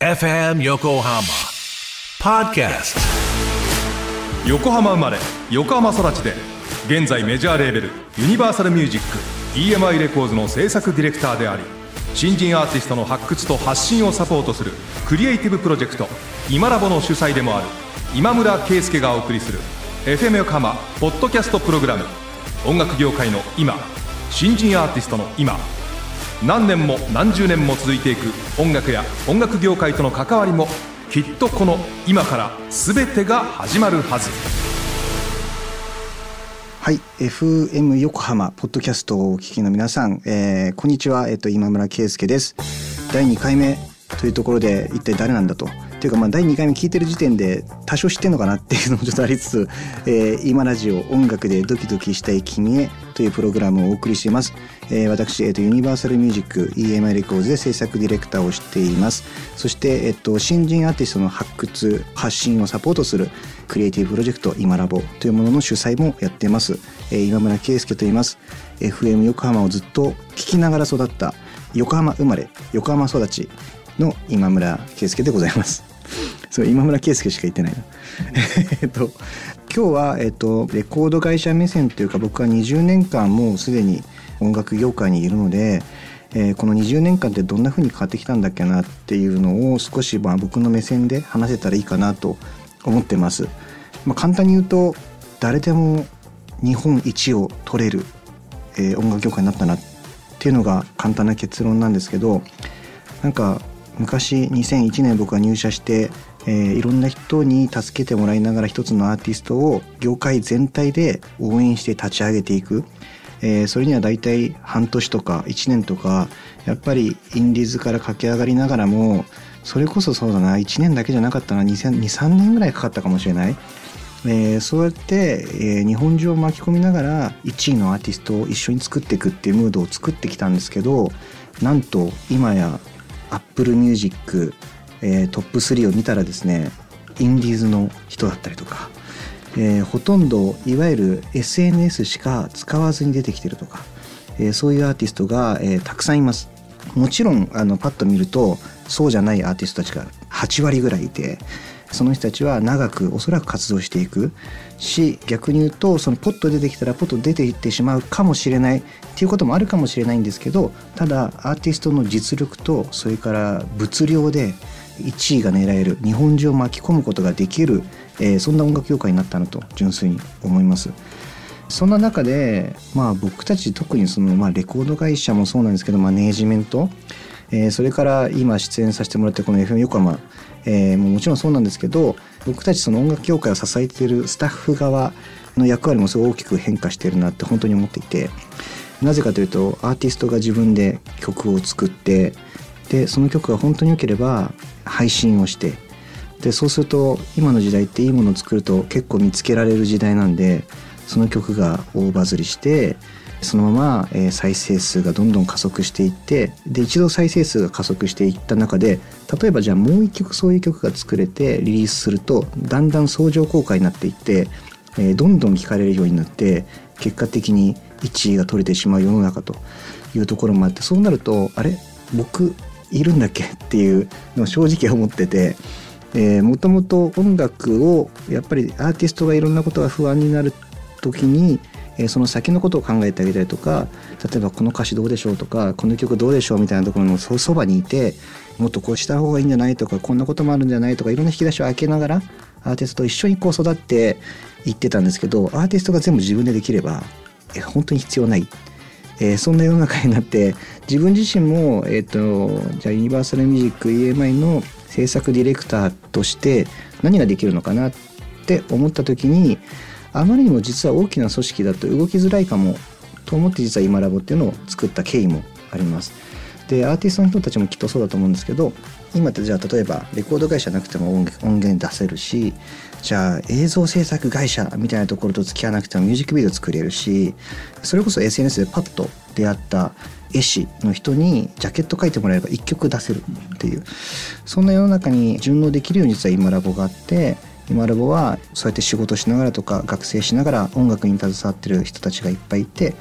FM 横浜 Podcast。 横浜生まれ横浜育ちで現在メジャーレーベルユニバーサルミュージック EMI レコーズの制作ディレクターであり、新人アーティストの発掘と発信をサポートするクリエイティブプロジェクト今ラボの主催でもある今村圭介がお送りする FM 横浜ポッドキャストプログラム、音楽業界の今、新人アーティストの今、何年も何十年も続いていく音楽や音楽業界との関わりもきっとこの今から全てが始まるはず。 はい、 FM 横浜ポッドキャストをお聞きの皆さん、こんにちは、今村圭介です。第2回目というところで一体誰なんだとっていうか、第2回目聞いてる時点で多少知ってんのかなっていうのもちょっとありつつ、今ラジオ音楽でドキドキしたい君へというプログラムをお送りしています。私、ユニバーサルミュージック EMI レコーズで制作ディレクターをしています。そして、新人アーティストの発掘発信をサポートするクリエイティブプロジェクト今ラボというものの主催もやっています。今村圭介と言います。 FM 横浜をずっと聞きながら育った横浜生まれ横浜育ちの今村圭介でございます。そう、今村圭介しか言ってないな今日は、レコード会社目線というか、僕は20年間もうすでに音楽業界にいるので、この20年間ってどんな風に変わってきたんだっけなっていうのを少し僕の目線で話せたらいいかなと思ってます。簡単に言うと、誰でも日本一を取れる、音楽業界になったなっていうのが簡単な結論なんですけど、なんか昔2001年僕が入社して、いろんな人に助けてもらいながら一つのアーティストを業界全体で応援して立ち上げていく、それにはだいたい半年とか1年とか、やっぱりインディーズから駆け上がりながらも、それこそそうだな、1年だけじゃなかったな、2、3年ぐらいかかったかもしれない。そうやって、日本中を巻き込みながら1位のアーティストを一緒に作っていくっていうムードを作ってきたんですけど、なんと今やApple Music、トップ3を見たらですね、インディーズの人だったりとか、ほとんどいわゆる SNS しか使わずに出てきてるとか、そういうアーティストが、たくさんいます。もちろんパッと見るとそうじゃないアーティストたちが8割ぐらいいて、その人たちは長くおそらく活動していくし、逆に言うとそのポッと出てきたらポッと出ていってしまうかもしれないっていうこともあるかもしれないんですけど、ただアーティストの実力とそれから物量で1位が狙える、日本中を巻き込むことができる、そんな音楽業界になったなと純粋に思います。そんな中で、僕たち特にその、レコード会社もそうなんですけど、マネージメント、それから今出演させてもらってこの FM 横浜、もちろんそうなんですけど、僕たちその音楽業界を支えているスタッフ側の役割もすごい大きく変化しているなって本当に思っていて、なぜかというと、アーティストが自分で曲を作って、でその曲が本当に良ければ配信をして、でそうすると今の時代っていいものを作ると結構見つけられる時代なんで、その曲が大バズりして、そのまま再生数がどんどん加速していって、で一度再生数が加速していった中で、例えばじゃあもう一曲そういう曲が作れてリリースすると、だんだん相乗効果になっていって、どんどん聴かれるようになって、結果的に1位が取れてしまう世の中というところもあって、そうなるとあれ僕いるんだっけっていうのを正直思ってて、もともと音楽をやっぱりアーティストがいろんなことが不安になる時に、その先のことを考えてあげたりとか、例えばこの歌詞どうでしょうとか、この曲どうでしょうみたいなところのそばにいて、もっとこうした方がいいんじゃないとか、こんなこともあるんじゃないとか、いろんな引き出しを開けながらアーティストと一緒にこう育っていってたんですけど、アーティストが全部自分でできれば本当に必要ない、そんな世の中になって、自分自身も、じゃあユニバーサルミュージック EMI の制作ディレクターとして何ができるのかなって思った時に、あまりにも実は大きな組織だと動きづらいかもと思って、実は今ラボっていうのを作った経緯もあります。でアーティストの人たちもきっとそうだと思うんですけど、今ってじゃあ例えばレコード会社なくても音源出せるし、じゃあ映像制作会社みたいなところと付き合わなくてもミュージックビデオ作れるし、それこそ SNS でパッと出会った絵師の人にジャケット書いてもらえば1曲出せるっていう、そんな世の中に順応できるように実は今ラボがあって、今ラボはそうやって仕事しながらとか学生しながら音楽に携わってる人たちがいっぱいいて、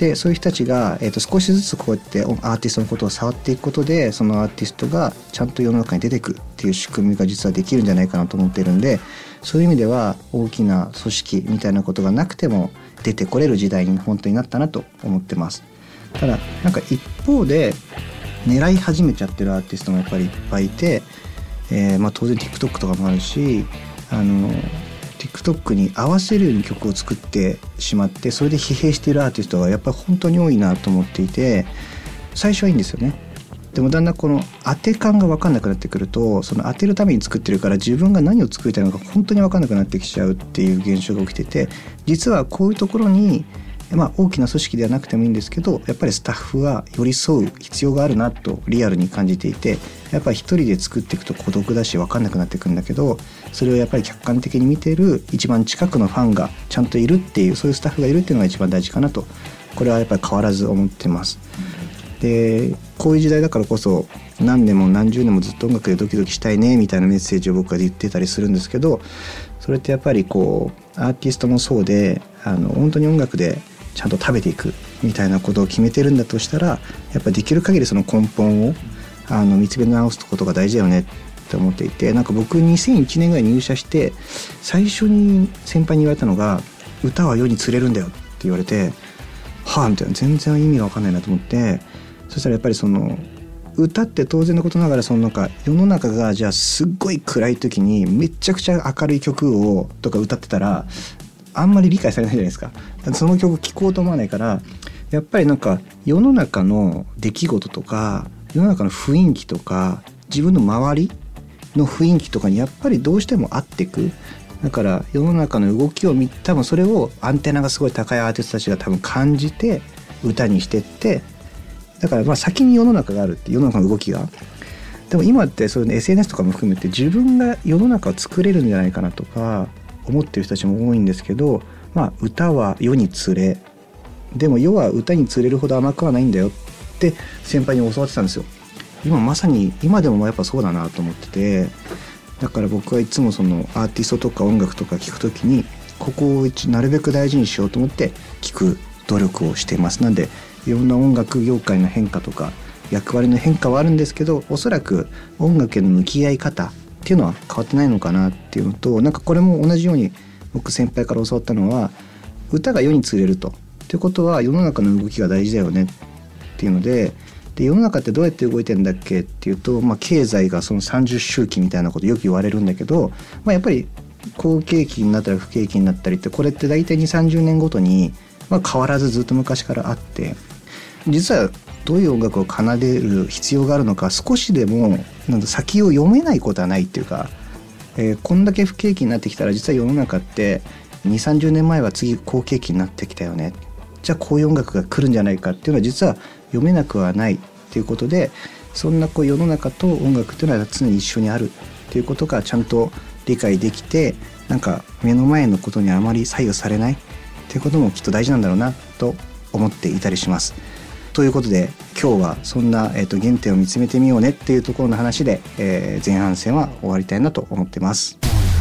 でそういう人たちが、少しずつこうやってアーティストのことを触っていくことで、そのアーティストがちゃんと世の中に出てくっていう仕組みが実はできるんじゃないかなと思ってるんで、そういう意味では大きな組織みたいなことがなくても出てこれる時代に本当になったなと思ってます。ただなんか一方で狙い始めちゃってるアーティストもやっぱりいっぱいいて、当然 TikTok とかもあるし、TikTok に合わせるように曲を作ってしまって、それで疲弊しているアーティストがやっぱり本当に多いなと思っていて、最初はいいんですよね。でもだんだんこの当て感が分かんなくなってくると、その当てるために作ってるから自分が何を作りたいのか本当に分かんなくなってきちゃうっていう現象が起きてて、実はこういうところに大きな組織ではなくてもいいんですけど、やっぱりスタッフは寄り添う必要があるなとリアルに感じていて、やっぱり一人で作っていくと孤独だし分かんなくなってくるんだけど、それをやっぱり客観的に見ている一番近くのファンがちゃんといるっていう、そういうスタッフがいるっていうのが一番大事かなと、これはやっぱり変わらず思ってます。でこういう時代だからこそ、何年も何十年もずっと音楽でドキドキしたいねみたいなメッセージを僕は言ってたりするんですけど、それってやっぱりこうアーティストもそうで、本当に音楽でちゃんと食べていくみたいなことを決めてるんだとしたら、やっぱできる限りその根本を見つめ直すことが大事だよねって思っていて、なんか僕2001年ぐらいに入社して最初に先輩に言われたのが、歌は世に釣れるんだよって言われて、はあみたいな、全然意味が分かんないなと思って、そしたらやっぱりその歌って当然のことながら、そのなんか世の中がじゃあすっごい暗い時にめちゃくちゃ明るい曲をとか歌ってたらあんまり理解されないじゃないですか。その曲聴こうと思わないから、やっぱりなんか世の中の出来事とか世の中の雰囲気とか自分の周りの雰囲気とかにやっぱりどうしても合ってく。だから世の中の動きを多分それをアンテナがすごい高いアーティストたちが多分感じて歌にしてって、だから先に世の中があるって、世の中の動きが。でも今ってそういう、SNS とかも含めて自分が世の中を作れるんじゃないかなとか思ってる人たちも多いんですけど、歌は世に釣れ、でも世は歌に釣れるほど甘くはないんだよって先輩に教わってたんですよ。まさに今でもやっぱそうだなと思ってて、だから僕はいつもそのアーティストとか音楽とか聴くときにここをなるべく大事にしようと思って聴く努力をしています。なんでいろんな音楽業界の変化とか役割の変化はあるんですけど、おそらく音楽への向き合い方っていうのは変わってないのかなっていうのと、なんかこれも同じように僕先輩から教わったのは、歌が世に釣れるということは世の中の動きが大事だよねっていうので、世の中ってどうやって動いてんだっけっていうと、経済がその30周期みたいなことよく言われるんだけど、やっぱり好景気になったり不景気になったりって、これって大体 2,30 年ごとに変わらずずっと昔からあって、実はどういう音楽を奏でる必要があるのか、少しでも先を読めないことはないっていうか、こんだけ不景気になってきたら実は世の中って 2,30 年前は次好景気になってきたよね、じゃあこういう音楽が来るんじゃないかっていうのは実は読めなくはないっていうことで、そんな世の中と音楽っていうのは常に一緒にあるっていうことがちゃんと理解できて、なんか目の前のことにあまり左右されないっていうこともきっと大事なんだろうなと思っていたりします。ということで今日はそんな、原点を見つめてみようねっていうところの話で、前半戦は終わりたいなと思ってます。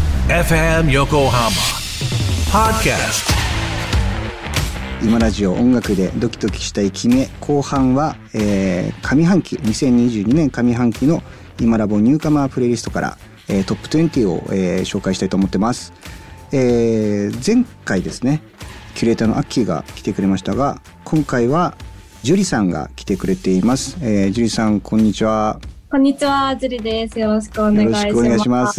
FM 横浜 Podcast 今ラジオ音楽でドキドキしたい決め、後半は、上半期2022年上半期の今ラボニューカマープレイリストから、トップ20を、紹介したいと思ってます。前回ですね、キュレーターのアッキーが来てくれましたが、今回はジュリさんが来てくれています。ジュリさんこんにちは。 こんにちは、ジュリです。よろしくお願いします。 よろしくお願いします。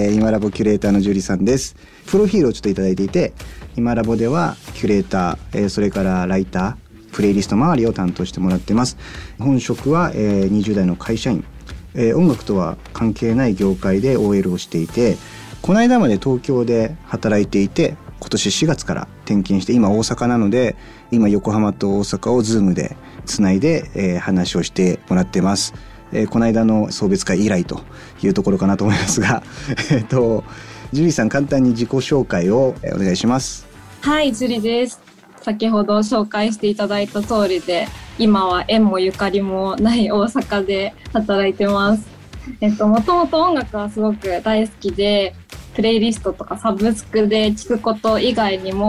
今ラボキュレーターのジュリさんです。プロフィールをちょっといただいていて、今ラボではキュレーター、それからライター、プレイリスト周りを担当してもらってます。本職は、20代の会社員、音楽とは関係ない業界で OL をしていて、この間まで東京で働いていて、今年4月から転勤して今大阪なので、今横浜と大阪をズームでつないで、話をしてもらってます。この間の送別会以来というところかなと思いますがジュリーさん簡単に自己紹介をお願いします。 はい、ジュリです。先ほど紹介していただいた通りで、今は縁もゆかりもない大阪で働いてます。もともと音楽はすごく大好きで、プレイリストとかサブスクで聴くこと以外にも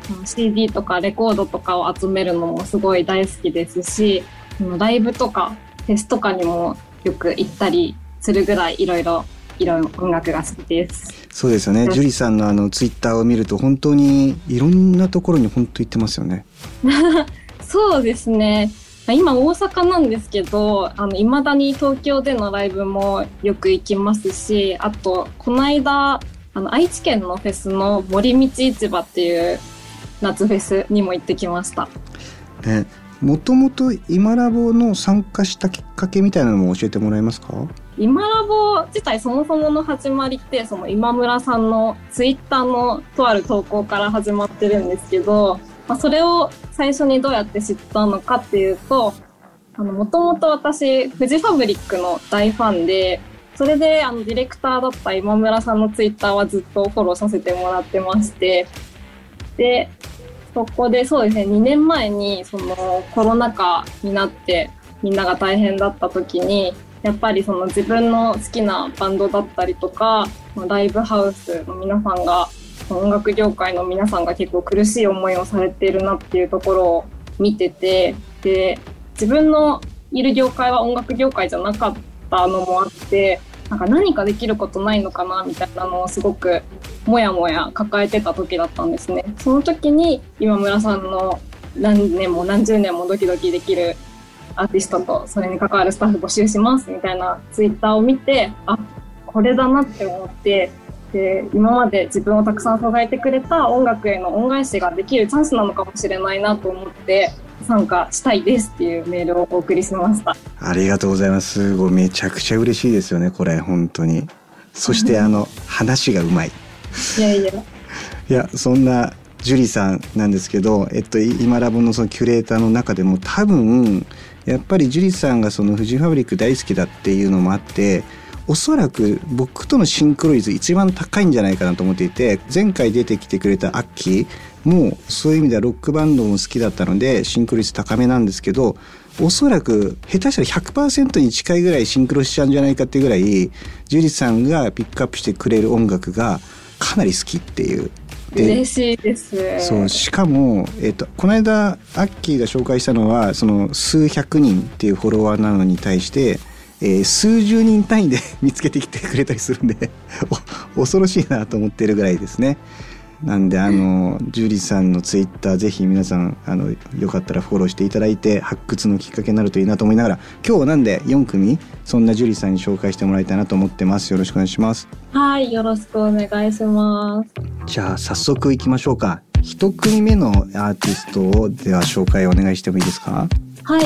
CD とかレコードとかを集めるのもすごい大好きですし、ライブとかフェスとかにもよく行ったりするぐらいいろいろ音楽が好きです。 そうですよね。ジュリさんのツイッターを見ると本当にいろんなところに本当行ってますよね。 そうですね。今大阪なんですけど、未だに東京でのライブもよく行きますし、あとこの間愛知県のフェスの森道市場っていう夏フェスにも行ってきました。 もともと今ラボの参加したきっかけみたいなのも教えてもらえますか？ 今ラボ自体そもそもの始まりってその今村さんのツイッターのとある投稿から始まってるんですけど、それを最初にどうやって知ったのかっていうと、もともと私フジファブリックの大ファンで、それでディレクターだった今村さんのツイッターはずっとフォローさせてもらってまして、でそこでそうですね、2年前にそのコロナ禍になってみんなが大変だった時に、やっぱりその自分の好きなバンドだったりとかライブハウスの皆さんが、音楽業界の皆さんが結構苦しい思いをされているなっていうところを見てて、で自分のいる業界は音楽業界じゃなかったのもあって、何かできることないのかなみたいなのをすごくもやもや抱えてた時だったんですね。その時に今村さんの何年も何十年もドキドキできるアーティストとそれに関わるスタッフ募集しますみたいなツイッターを見て、これだなって思って、で今まで自分をたくさん支えてくれた音楽への恩返しができるチャンスなのかもしれないなと思って参加したいですっていうメールをお送りしました。 ありがとうございます。めちゃくちゃ嬉しいですよね、これ本当に。そして話がうまい。いやそんなジュリさんなんですけど、今ラボのそのキュレーターの中でも多分やっぱりジュリさんがそのフジファブリック大好きだっていうのもあって、おそらく僕とのシンクロ率一番高いんじゃないかなと思っていて、前回出てきてくれたアッキーもそういう意味ではロックバンドも好きだったのでシンクロ率高めなんですけど、おそらく下手したら 100% に近いぐらいシンクロしちゃうんじゃないかっていうぐらいジュリさんがピックアップしてくれる音楽がかなり好きっていう。 嬉しいです。 そう、しかも、この間アッキーが紹介したのはその数百人っていうフォロワーなのに対して数十人単位で見つけてきてくれたりするんで恐ろしいなと思ってるぐらいですね。なんでジュリさんのツイッターぜひ皆さんよかったらフォローしていただいて発掘のきっかけになるといいなと思いながら、今日はなんで4組そんなジュリさんに紹介してもらいたいなと思ってます。よろしくお願いします。 はい、よろしくお願いします。 じゃあ早速いきましょうか。1組目のアーティストをでは紹介お願いしてもいいですか？ はい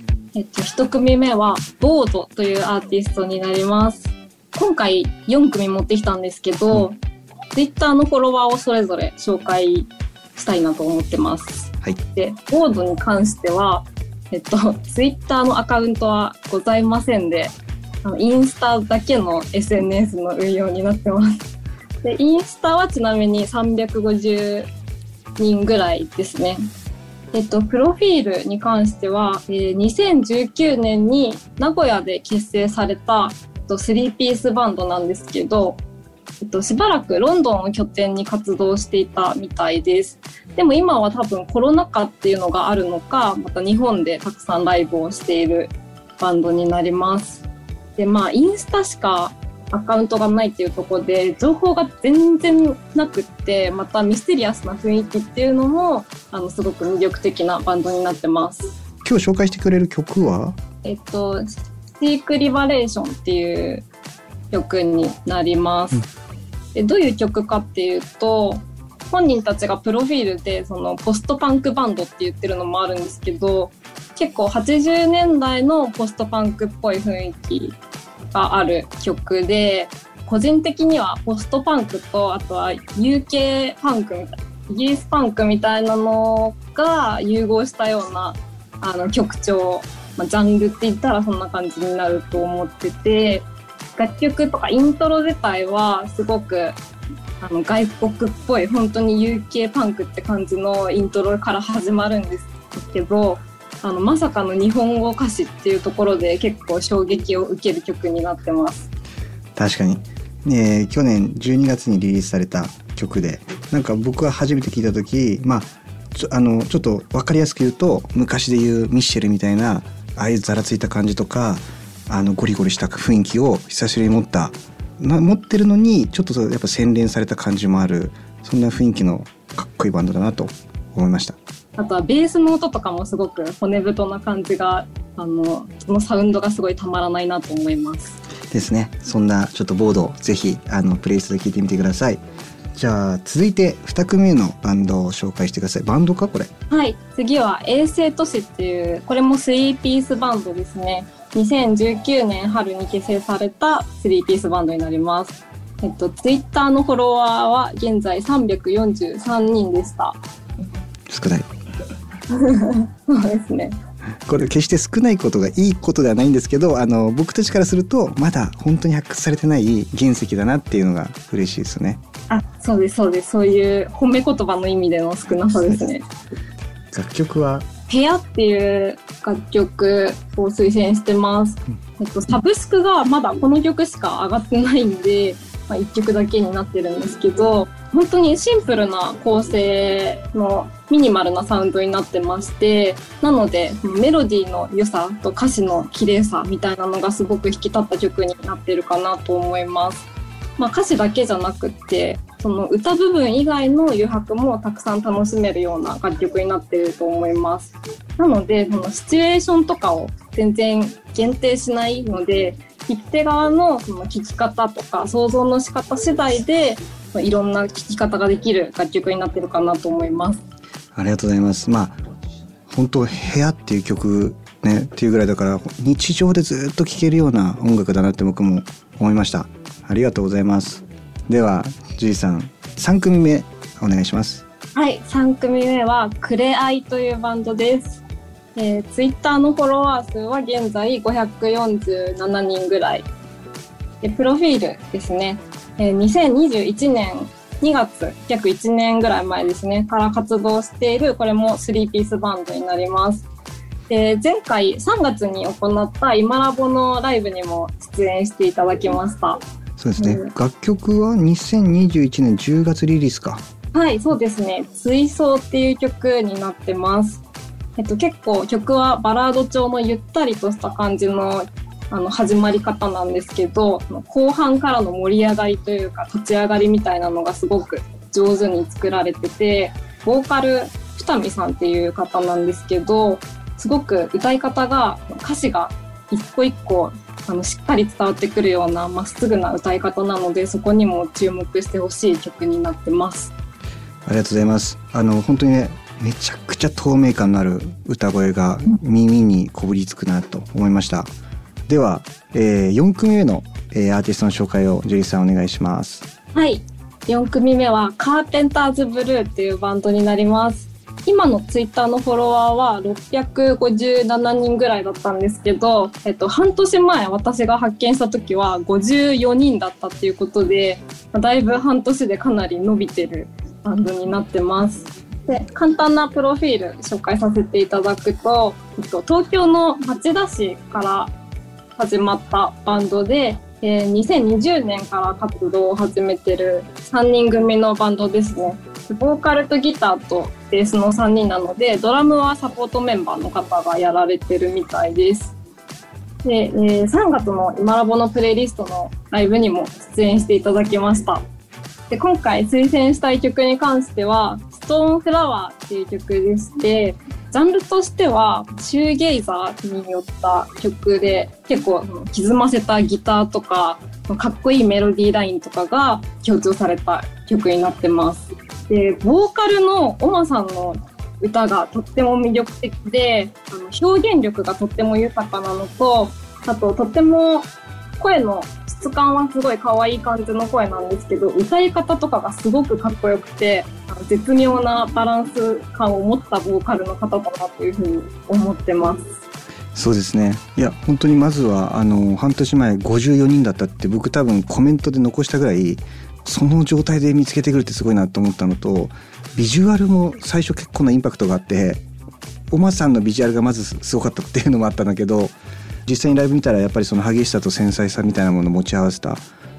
、1組目はボードというアーティストになります。今回4組持ってきたんですけど、ツイッターのフォロワーをそれぞれ紹介したいなと思ってます。 はい。 で、ボードに関しては、ツイッターのアカウントはございませんで、インスタだけの SNS の運用になってます。で、インスタはちなみに350人ぐらいですね。プロフィールに関しては、2019年に名古屋で結成された3ピースバンドなんですけど、しばらくロンドンを拠点に活動していたみたいです。でも今は多分コロナ禍っていうのがあるのか、また日本でたくさんライブをしているバンドになります。で、インスタしかアカウントがないっていうところで情報が全然なくって、またミステリアスな雰囲気っていうのもすごく魅力的なバンドになってます。 今日紹介してくれる曲はシークリバレーションっていう曲になります。で、どういう曲かっていうと、本人たちがプロフィールでそのポストパンクバンドって言ってるのもあるんですけど、結構80年代のポストパンクっぽい雰囲気がある曲で、個人的にはポストパンクとあとは UK パンクみたいな、イギリスパンクみたいなのが融合したような曲調、ジャンルって言ったらそんな感じになると思ってて、楽曲とかイントロ自体はすごく外国っぽい本当に UK パンクって感じのイントロから始まるんですけど、まさかの日本語歌詞っていうところで結構衝撃を受ける曲になってます。 確かに、去年12月にリリースされた曲でなんか僕は初めて聞いた時、ちょっと分かりやすく言うと昔で言うミッシェルみたいなああいうざらついた感じとかゴリゴリした雰囲気を久しぶりに持ってるのにちょっとやっぱ洗練された感じもある、そんな雰囲気のかっこいいバンドだなと思いました。 あとはベースの音とかもすごく骨太な感じがそのサウンドがすごいたまらないなと思いますですね。そんなちょっとボードをぜひプレイリストで聴いてみてください。じゃあ続いて2組目のバンドを紹介してください。バンドかこれ？ はい、次は衛星都市っていうこれも3ピースバンドですね。2019年春に結成された3ピースバンドになります。ツイッターのフォロワーは現在343人でした。 少ないそうですね。 これ決して少ないことがいいことではないんですけど、僕たちからするとまだ本当に発掘されてない原石だなっていうのが嬉しいですね。 そうですそうです。そういう褒め言葉の意味での少なさですね。 楽曲は部屋っていう楽曲を推薦してます。サブスクがまだこの曲しか上がってないんで、1曲だけになってるんですけど、本当にシンプルな構成のミニマルなサウンドになってまして、なのでメロディーの良さと歌詞の綺麗さみたいなのがすごく引き立った曲になってるかなと思います。歌詞だけじゃなくってその歌部分以外の余白もたくさん楽しめるような楽曲になっていると思います。なのでそのシチュエーションとかを全然限定しないので、聴き手側のその聴き方とか想像の仕方次第でいろんな聴き方ができる楽曲になっているかなと思います。 ありがとうございます。本当部屋っていう曲ねっていうぐらいだから日常でずっと聴けるような音楽だなって僕も思いました。ありがとうございます。ではジュリさん3組目お願いします。 はい、3組目はクレアイというバンドです。ツイッターのフォロワー数は現在547人ぐらいで、プロフィールですね、2021年2月約1年ぐらい前ですねから活動している、これも3ピースバンドになります。前回3月に行った今ラボのライブにも出演していただきました。 そうですね、楽曲は2021年10月リリースか。 はい、そうですね。追走っていう曲になってます。結構曲はバラード調のゆったりとした感じの始まり方なんですけど、後半からの盛り上がりというか立ち上がりみたいなのがすごく上手に作られてて、ボーカル二見さんっていう方なんですけど、すごく歌い方が歌詞が一個一個しっかり伝わってくるようなまっすぐな歌い方なので、そこにも注目してほしい曲になってます。 ありがとうございます。本当にねめちゃくちゃ透明感のある歌声が耳にこぶりつくなと思いました。では、4組目の、アーティストの紹介をジュリーさんお願いします。 はい、4組目はカーペンターズブルーっていうバンドになります。今のツイッターのフォロワーは657人ぐらいだったんですけど、半年前私が発見した時は54人だったっていうことで、だいぶ半年でかなり伸びてるバンドになってます。で、簡単なプロフィール紹介させていただくと、東京の町田市から始まったバンドで、2020年から活動を始めてる3人組のバンドですね。ボーカルとギターとベースの3人なので、ドラムはサポートメンバーの方がやられてるみたいです。で、3月の今ラボのプレイリストのライブにも出演していただきました。で、今回推薦したい曲に関してはストーンフラワーっていう曲でして、ジャンルとしてはシューゲイザーによった曲で、結構歪ませたギターとかかっこいいメロディーラインとかが強調された曲になってます。で、ボーカルのオマさんの歌がとっても魅力的で、表現力がとっても豊かなのと、あととっても声の質感はすごい可愛い感じの声なんですけど、歌い方とかがすごくかっこよくて、絶妙なバランス感を持ったボーカルの方だなというふうに思ってます。 そうですね。いや本当にまずは半年前54人だったって僕多分コメントで残したぐらい、その状態で見つけてくるってすごいなと思ったのと、ビジュアルも最初結構なインパクトがあって、おまさんのビジュアルがまずすごかったっていうのもあったんだけど、実際にライブ見たらやっぱりその激しさと繊細さみたいなものを持ち合わせた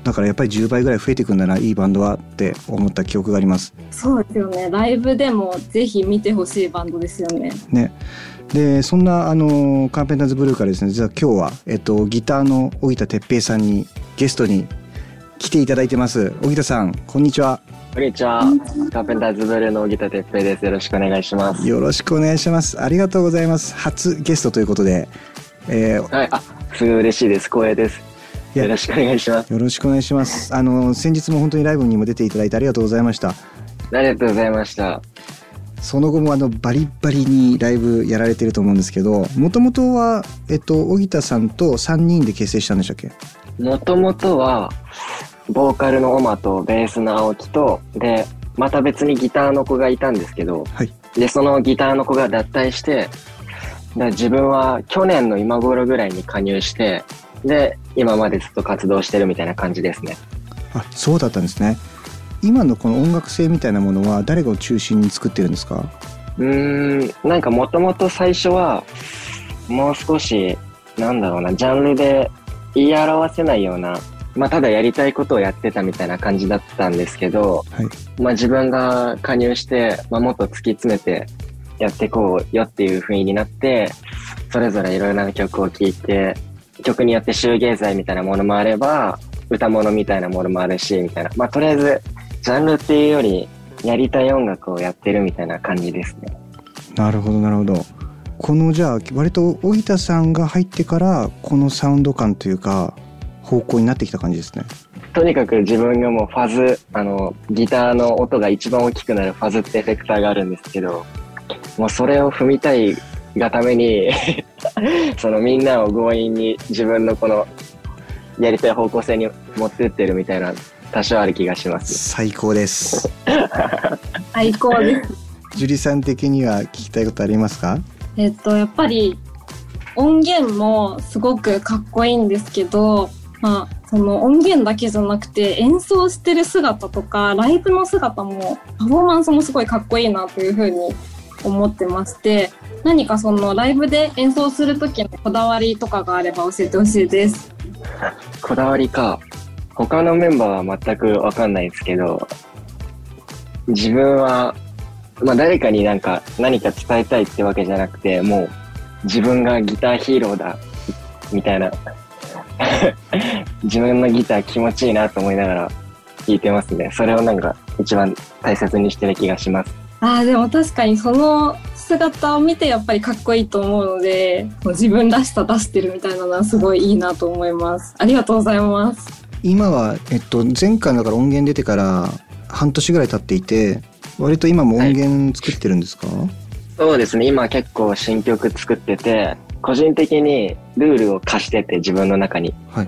だからやっぱり10倍ぐらい増えていくんだな、いいバンドはって思った記憶があります。 そうですよね。ライブでもぜひ見てほしいバンドですよね。 ね。でそんなカーペンターズブルーからですね、実は今日は、ギターの荻田哲平さんにゲストに来ていただいてます。荻田さん、こんにちは。 こんにちは。カーペンターズブルーの荻田哲平です。よろしくお願いします。 よろしくお願いします。ありがとうございます。初ゲストということで、 はい、すごい嬉しいです。光栄です。よろしくお願いします。 よろしくお願いします。先日も本当にライブにも出ていただいてありがとうございました。 ありがとうございました。 その後もバリバリにライブやられてると思うんですけど、もともとは荻田さんと3人で結成したんでしたっけ？ もともとはボーカルのオマとベースの青木とでまた別にギターの子がいたんですけど、 はい、 でそのギターの子が脱退して、で自分は去年の今頃ぐらいに加入して、で今までずっと活動してるみたいな感じですね。 あ、そうだったんですね。今のこの音楽性みたいなものは誰が中心に作ってるんですか？ なんかもともと最初はもう少しなんだろうな、ジャンルで言い表せないような、ただやりたいことをやってたみたいな感じだったんですけど、 はい、 自分が加入して、もっと突き詰めてやっていこうよっていう雰囲気になって、それぞれいろいろな曲を聴いて、曲によって集芸剤みたいなものもあれば、歌物みたいなものもあるし、みたいな。とりあえず、ジャンルっていうより、やりたい音楽をやってるみたいな感じですね。 なるほど、なるほど。このじゃあ、割と荻田さんが入ってから、このサウンド感というか、方向になってきた感じですね。 とにかく自分がもうファズ、ギターの音が一番大きくなるファズってエフェクターがあるんですけど、もうそれを踏みたいがためにそのみんなを強引に自分のこのやりたい方向性に持ってってるみたいな多少ある気がします。 最高です最高です。 樹里さん的には聞きたいことありますか？ やっぱり音源もすごくかっこいいんですけど、その音源だけじゃなくて演奏してる姿とかライブの姿もパフォーマンスもすごいかっこいいなというふうに思ってまして、何かそのライブで演奏する時のこだわりとかがあれば教えてほしいです。 こだわりか。他のメンバーは全くわかんないですけど、自分は、誰かに何か伝えたいってわけじゃなくて、もう自分がギターヒーローだみたいな自分のギター気持ちいいなと思いながら弾いてますね。それを一番大切にしてる気がします。 でも確かにその姿を見てやっぱりかっこいいと思うので、もう自分らしさ出してるみたいなのはすごいいいなと思います。ありがとうございます。 今は、前回だから音源出てから半年ぐらい経っていて、割と今も音源作ってるんですか？はい、 そうですね。今結構新曲作ってて、個人的にルールを課してて自分の中に。 はい。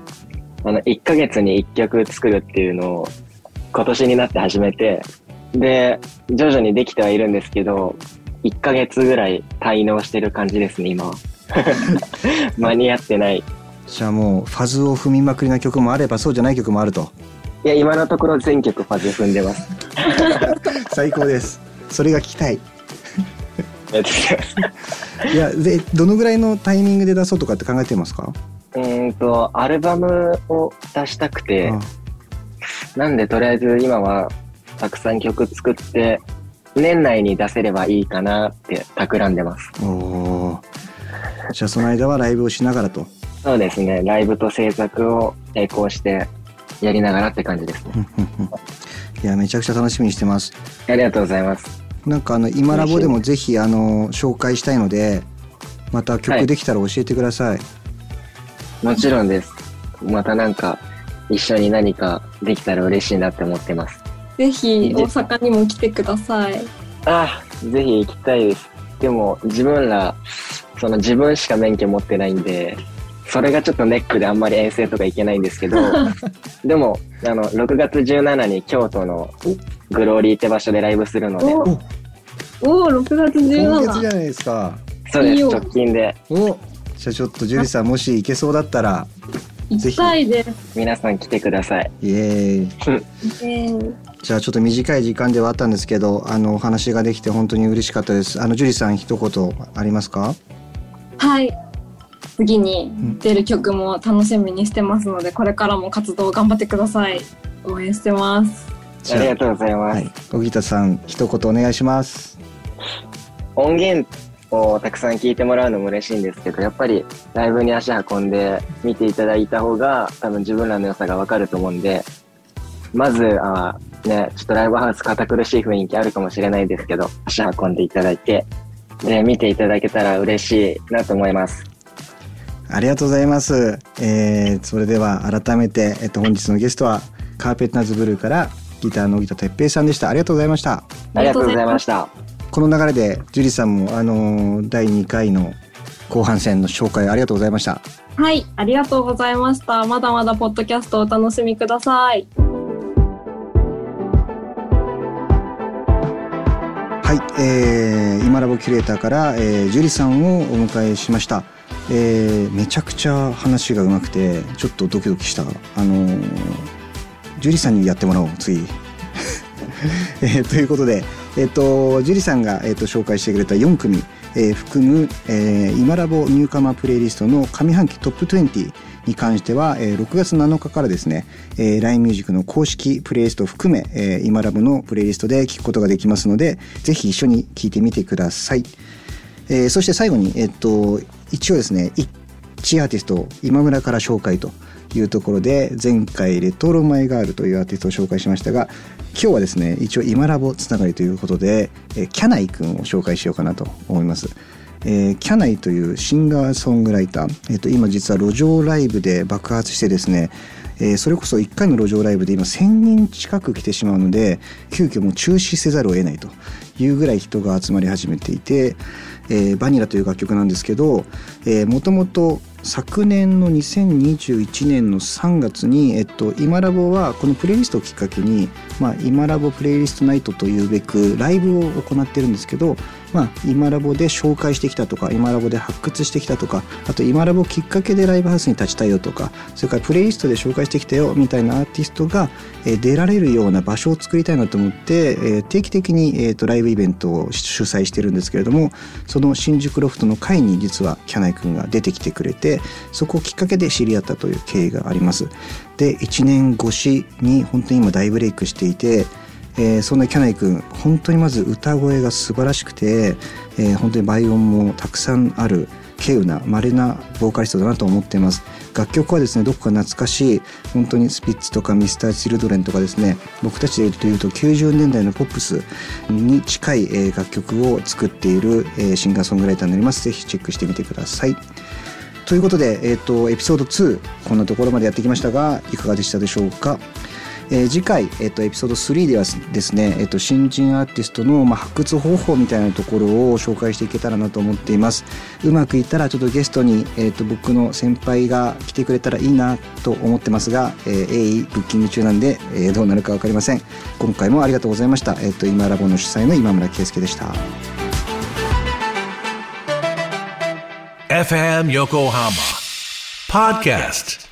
1ヶ月に1曲作るっていうのを今年になって始めて、で、徐々にできてはいるんですけど、1ヶ月ぐらい滞納してる感じですね、今は。間に合ってない。 じゃあもうファズを踏みまくりな曲もあればそうじゃない曲もあると。 いや、今のところ全曲ファズ踏んでます。 最高です。それが聞きたい。 ありがとうございます。 いや、で、どのぐらいのタイミングで出そうとかって考えてますか？ アルバムを出したくて、なんでとりあえず今はたくさん曲作って年内に出せればいいかなって企んでます。 おー。じゃあその間はライブをしながらと。 そうですね。ライブと制作を並行してやりながらって感じですね。 いや、めちゃくちゃ楽しみにしてます。 ありがとうございます。 今ラボでもぜひ紹介したいので、また曲できたら教えてください。 もちろんです。また一緒に何かできたら嬉しいなって思ってます。 ぜひ大阪にも来てください。 ぜひ行きたいです。でも自分しか免許持ってないんで、それがちょっとネックであんまり遠征とか行けないんですけどでも6月17に京都のグローリーって場所でライブするので。 6月17。 今月じゃないですか。 そうです、直近で。 じゃあちょっと樹里さんもし行けそうだったら行きたいです。 皆さん来てください。 イエーイ。じゃあちょっと短い時間ではあったんですけど、お話ができて本当に嬉しかったです。樹里さん一言ありますか？ はい。 次に出る曲も楽しみにしてますので、これからも活動頑張ってください。応援してます。 ありがとうございます。 荻田さん、一言お願いします。 音源をたくさん聴いてもらうのも嬉しいんですけど、やっぱりライブに足運んで見ていただいた方が多分自分らの良さがわかると思うんで、まずちょっとライブハウス堅苦しい雰囲気あるかもしれないですけど、足運んでいただいて、で見ていただけたら嬉しいなと思います。 ありがとうございます。それでは改めて、本日のゲストはカーペットナーズブルーからギターの荻田哲平さんでした。ありがとうございました。 ありがとうございました。 この流れでジュリさんも第2回の後半戦の紹介ありがとうございました。 はい、ありがとうございました。まだまだポッドキャストをお楽しみください。 はい、今ラボキュレーターから、ジュリさんをお迎えしました。めちゃくちゃ話がうまくてちょっとドキドキした。ジュリさんにやってもらおう次ということで、ジュリさんが、紹介してくれた4組、含む、今ラボニューカマープレイリストの上半期トップ20に関しては、6月7日からですね、LINE ミュージックの公式プレイリストを含め、今ラボのプレイリストで聴くことができますので、ぜひ一緒に聴いてみてください。そして最後に、一応ですね、1アーティスト今村から紹介というところで、前回レトロマイガールというアーティストを紹介しましたが、今日はですね、一応今ラボつながりということで、キャナイくんを紹介しようかなと思います。キャナイというシンガーソングライター、今実は路上ライブで爆発してですね、それこそ1回の路上ライブで今1000人近く来てしまうので、急遽もう中止せざるを得ないというぐらい人が集まり始めていて、バニラという楽曲なんですけど、もともと昨年の2021年の3月に、今ラボはこのプレイリストをきっかけに、今ラボプレイリストナイトというべくライブを行ってるんですけど、今ラボで紹介してきたとか、今ラボで発掘してきたとか、あと今ラボきっかけでライブハウスに立ちたいよとか、それからプレイリストで紹介してきたよみたいなアーティストが出られるような場所を作りたいなと思って、定期的にライブイベントを主催してるんですけれども、その新宿ロフトの会に実はキャナイ君が出てきてくれて、そこをきっかけで知り合ったという経緯があります。で、1年越しに本当に今大ブレイクしていて、そんなキャナイ君、本当にまず歌声が素晴らしくて、本当に倍音もたくさんある稀有な稀なボーカリストだなと思っています。楽曲はですね、どこか懐かしい本当にスピッツとかミスターチルドレンとかですね、僕たちで言うと90年代のポップスに近い楽曲を作っているシンガーソングライターになります。ぜひチェックしてみてください。ということで、エピソード2こんなところまでやってきましたが、いかがでしたでしょうか。次回、エピソード3ではですね、新人アーティストの、発掘方法みたいなところを紹介していけたらなと思っています。うまくいったらちょっとゲストに、僕の先輩が来てくれたらいいなと思ってますが、鋭意ブッキング中なんで、どうなるか分かりません。今回もありがとうございました。今ラボの主催の今村圭介でした。 FM Yokohama Podcast